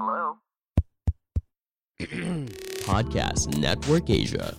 Podcast Network Asia.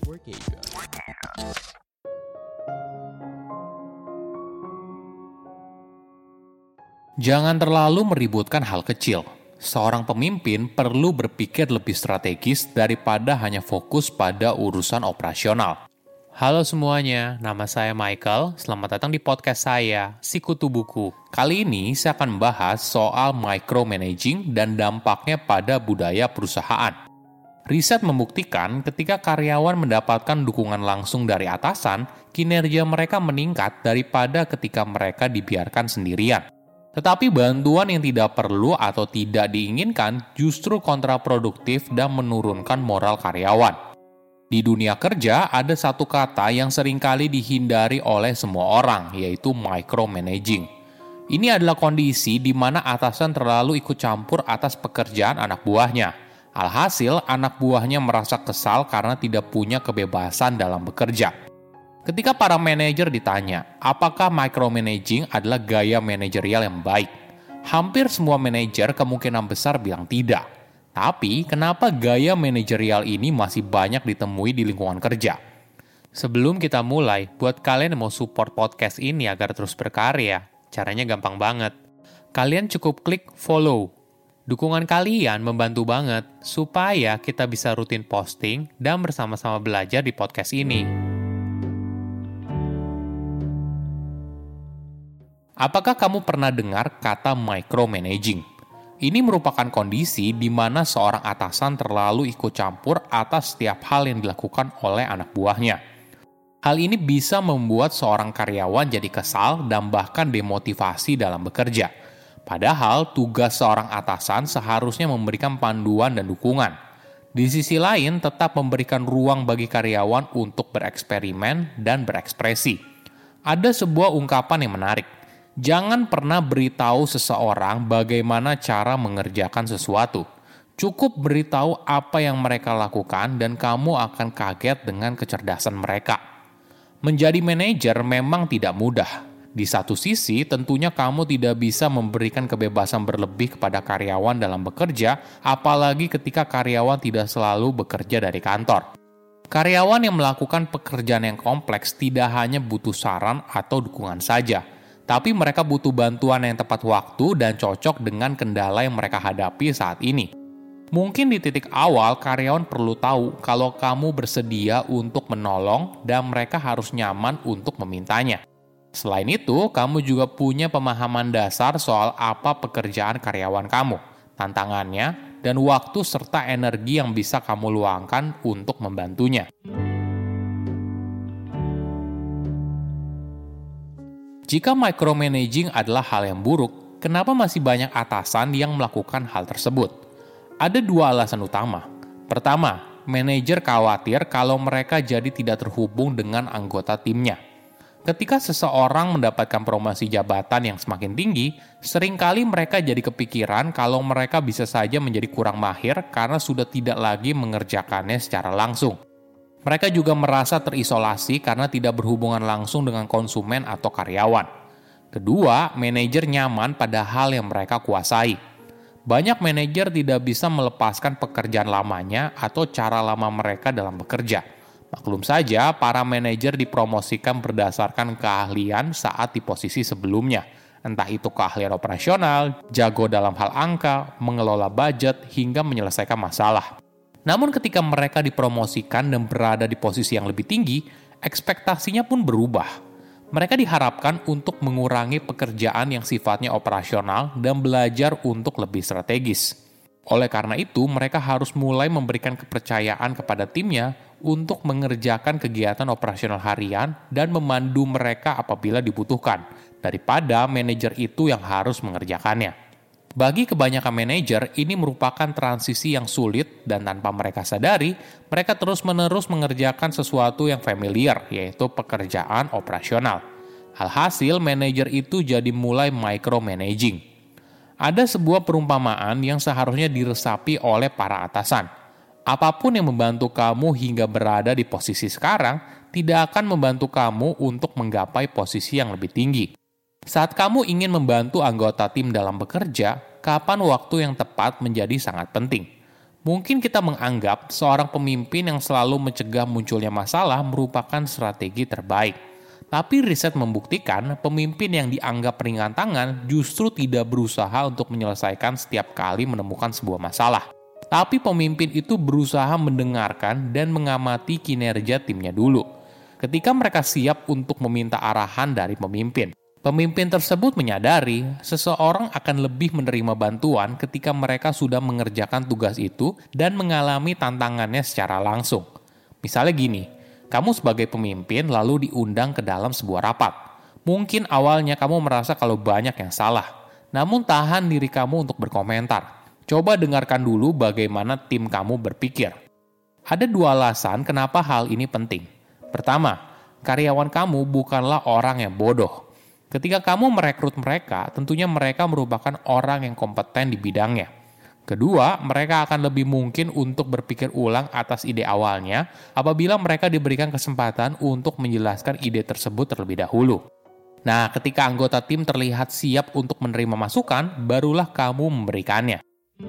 Jangan terlalu meributkan hal kecil. Seorang pemimpin perlu berpikir lebih strategis daripada hanya fokus pada urusan operasional. Halo semuanya, nama saya Michael. Selamat datang di podcast saya, Sikutu Buku. Kali ini saya akan membahas soal micromanaging dan dampaknya pada budaya perusahaan. Riset membuktikan ketika karyawan mendapatkan dukungan langsung dari atasan, kinerja mereka meningkat daripada ketika mereka dibiarkan sendirian. Tetapi bantuan yang tidak perlu atau tidak diinginkan justru kontraproduktif dan menurunkan moral karyawan. Di dunia kerja, ada satu kata yang seringkali dihindari oleh semua orang, yaitu micromanaging. Ini adalah kondisi di mana atasan terlalu ikut campur atas pekerjaan anak buahnya. Alhasil, anak buahnya merasa kesal karena tidak punya kebebasan dalam bekerja. Ketika para manajer ditanya, apakah micromanaging adalah gaya manajerial yang baik? Hampir semua manajer kemungkinan besar bilang tidak. Tapi, kenapa gaya manajerial ini masih banyak ditemui di lingkungan kerja? Sebelum kita mulai, buat kalian yang mau support podcast ini agar terus berkarya, caranya gampang banget. Kalian cukup klik follow. Dukungan kalian membantu banget supaya kita bisa rutin posting dan bersama-sama belajar di podcast ini. Apakah kamu pernah dengar kata micromanaging? Ini merupakan kondisi di mana seorang atasan terlalu ikut campur atas setiap hal yang dilakukan oleh anak buahnya. Hal ini bisa membuat seorang karyawan jadi kesal dan bahkan demotivasi dalam bekerja. Padahal tugas seorang atasan seharusnya memberikan panduan dan dukungan. Di sisi lain, tetap memberikan ruang bagi karyawan untuk bereksperimen dan berekspresi. Ada sebuah ungkapan yang menarik. Jangan pernah beritahu seseorang bagaimana cara mengerjakan sesuatu. Cukup beritahu apa yang mereka lakukan dan kamu akan kaget dengan kecerdasan mereka. Menjadi manajer memang tidak mudah. Di satu sisi, tentunya kamu tidak bisa memberikan kebebasan berlebih kepada karyawan dalam bekerja, apalagi ketika karyawan tidak selalu bekerja dari kantor. Karyawan yang melakukan pekerjaan yang kompleks tidak hanya butuh saran atau dukungan saja, tapi mereka butuh bantuan yang tepat waktu dan cocok dengan kendala yang mereka hadapi saat ini. Mungkin di titik awal, karyawan perlu tahu kalau kamu bersedia untuk menolong dan mereka harus nyaman untuk memintanya. Selain itu, kamu juga punya pemahaman dasar soal apa pekerjaan karyawan kamu, tantangannya, dan waktu serta energi yang bisa kamu luangkan untuk membantunya. Jika micromanaging adalah hal yang buruk, kenapa masih banyak atasan yang melakukan hal tersebut? Ada dua alasan utama. Pertama, manajer khawatir kalau mereka jadi tidak terhubung dengan anggota timnya. Ketika seseorang mendapatkan promosi jabatan yang semakin tinggi, seringkali mereka jadi kepikiran kalau mereka bisa saja menjadi kurang mahir karena sudah tidak lagi mengerjakannya secara langsung. Mereka juga merasa terisolasi karena tidak berhubungan langsung dengan konsumen atau karyawan. Kedua, manajer nyaman pada hal yang mereka kuasai. Banyak manajer tidak bisa melepaskan pekerjaan lamanya atau cara lama mereka dalam bekerja. Maklum saja, para manajer dipromosikan berdasarkan keahlian saat di posisi sebelumnya. Entah itu keahlian operasional, jago dalam hal angka, mengelola budget, hingga menyelesaikan masalah. Namun ketika mereka dipromosikan dan berada di posisi yang lebih tinggi, ekspektasinya pun berubah. Mereka diharapkan untuk mengurangi pekerjaan yang sifatnya operasional dan belajar untuk lebih strategis. Oleh karena itu, mereka harus mulai memberikan kepercayaan kepada timnya untuk mengerjakan kegiatan operasional harian dan memandu mereka apabila dibutuhkan, daripada manajer itu yang harus mengerjakannya. Bagi kebanyakan manajer, ini merupakan transisi yang sulit dan tanpa mereka sadari, mereka terus-menerus mengerjakan sesuatu yang familiar, yaitu pekerjaan operasional. Alhasil, manajer itu jadi mulai micromanaging. Ada sebuah perumpamaan yang seharusnya diresapi oleh para atasan. Apapun yang membantu kamu hingga berada di posisi sekarang, tidak akan membantu kamu untuk menggapai posisi yang lebih tinggi. Saat kamu ingin membantu anggota tim dalam bekerja, kapan waktu yang tepat menjadi sangat penting. Mungkin kita menganggap seorang pemimpin yang selalu mencegah munculnya masalah merupakan strategi terbaik. Tapi riset membuktikan pemimpin yang dianggap ringan tangan justru tidak berusaha untuk menyelesaikan setiap kali menemukan sebuah masalah. Tapi pemimpin itu berusaha mendengarkan dan mengamati kinerja timnya dulu. Ketika mereka siap untuk meminta arahan dari pemimpin, pemimpin tersebut menyadari seseorang akan lebih menerima bantuan ketika mereka sudah mengerjakan tugas itu dan mengalami tantangannya secara langsung. Misalnya gini, kamu sebagai pemimpin lalu diundang ke dalam sebuah rapat. Mungkin awalnya kamu merasa kalau banyak yang salah, namun tahan diri kamu untuk berkomentar. Coba dengarkan dulu bagaimana tim kamu berpikir. Ada 2 alasan kenapa hal ini penting. Pertama, karyawan kamu bukanlah orang yang bodoh. Ketika kamu merekrut mereka, tentunya mereka merupakan orang yang kompeten di bidangnya. Kedua, mereka akan lebih mungkin untuk berpikir ulang atas ide awalnya apabila mereka diberikan kesempatan untuk menjelaskan ide tersebut terlebih dahulu. Nah, ketika anggota tim terlihat siap untuk menerima masukan, barulah kamu memberikannya.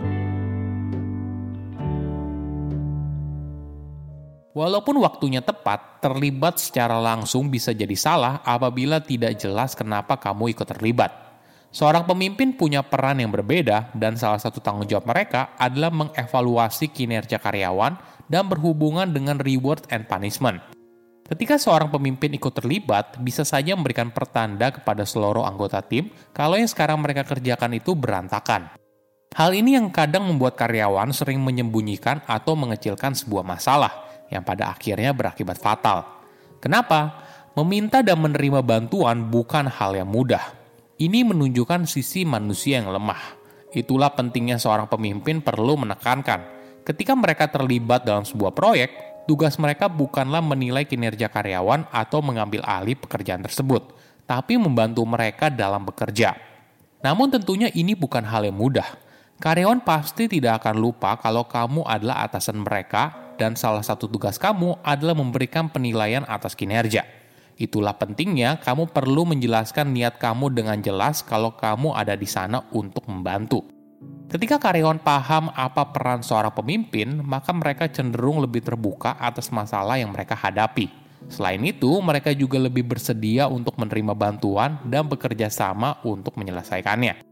Walaupun waktunya tepat, terlibat secara langsung bisa jadi salah apabila tidak jelas kenapa kamu ikut terlibat. Seorang pemimpin punya peran yang berbeda dan salah satu tanggung jawab mereka adalah mengevaluasi kinerja karyawan dan berhubungan dengan reward and punishment. Ketika seorang pemimpin ikut terlibat, bisa saja memberikan pertanda kepada seluruh anggota tim kalau yang sekarang mereka kerjakan itu berantakan. Hal ini yang kadang membuat karyawan sering menyembunyikan atau mengecilkan sebuah masalah, yang pada akhirnya berakibat fatal. Kenapa? Meminta dan menerima bantuan bukan hal yang mudah. Ini menunjukkan sisi manusia yang lemah. Itulah pentingnya seorang pemimpin perlu menekankan. Ketika mereka terlibat dalam sebuah proyek, tugas mereka bukanlah menilai kinerja karyawan atau mengambil alih pekerjaan tersebut, tapi membantu mereka dalam bekerja. Namun tentunya ini bukan hal yang mudah. Karyawan pasti tidak akan lupa kalau kamu adalah atasan mereka, dan salah satu tugas kamu adalah memberikan penilaian atas kinerja. Itulah pentingnya kamu perlu menjelaskan niat kamu dengan jelas kalau kamu ada di sana untuk membantu. Ketika karyawan paham apa peran seorang pemimpin, maka mereka cenderung lebih terbuka atas masalah yang mereka hadapi. Selain itu, mereka juga lebih bersedia untuk menerima bantuan dan bekerja sama untuk menyelesaikannya.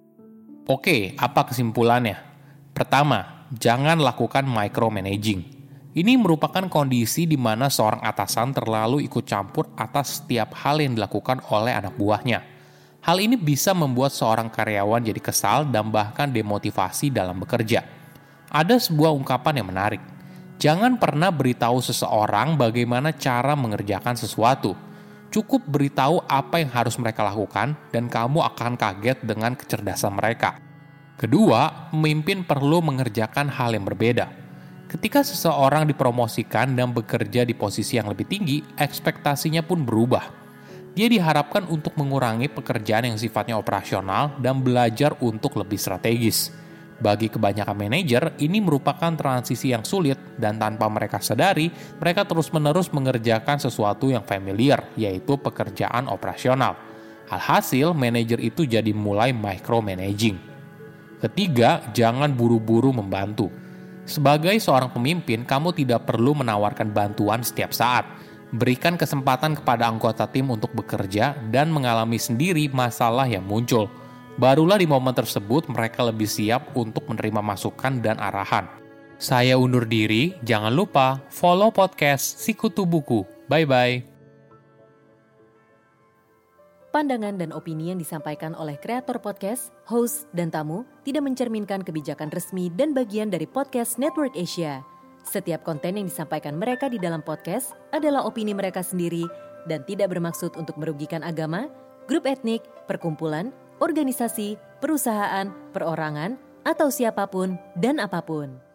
Oke, apa kesimpulannya? Pertama, jangan lakukan micromanaging. Ini merupakan kondisi di mana seorang atasan terlalu ikut campur atas setiap hal yang dilakukan oleh anak buahnya. Hal ini bisa membuat seorang karyawan jadi kesal dan bahkan demotivasi dalam bekerja. Ada sebuah ungkapan yang menarik. Jangan pernah beritahu seseorang bagaimana cara mengerjakan sesuatu. Cukup beritahu apa yang harus mereka lakukan dan kamu akan kaget dengan kecerdasan mereka. Kedua, pemimpin perlu mengerjakan hal yang berbeda. Ketika seseorang dipromosikan dan bekerja di posisi yang lebih tinggi, ekspektasinya pun berubah. Dia diharapkan untuk mengurangi pekerjaan yang sifatnya operasional dan belajar untuk lebih strategis. Bagi kebanyakan manajer, ini merupakan transisi yang sulit dan tanpa mereka sadari, mereka terus-menerus mengerjakan sesuatu yang familiar, yaitu pekerjaan operasional. Alhasil, manajer itu jadi mulai micromanaging. Ketiga, jangan buru-buru membantu. Sebagai seorang pemimpin, kamu tidak perlu menawarkan bantuan setiap saat. Berikan kesempatan kepada anggota tim untuk bekerja dan mengalami sendiri masalah yang muncul. Barulah di momen tersebut mereka lebih siap untuk menerima masukan dan arahan. Saya undur diri, jangan lupa follow podcast Sikutu Buku. Bye-bye. Pandangan dan opini yang disampaikan oleh kreator podcast, host, dan tamu tidak mencerminkan kebijakan resmi dan bagian dari Podcast Network Asia. Setiap konten yang disampaikan mereka di dalam podcast adalah opini mereka sendiri dan tidak bermaksud untuk merugikan agama, grup etnik, perkumpulan, organisasi, perusahaan, perorangan, atau siapapun dan apapun.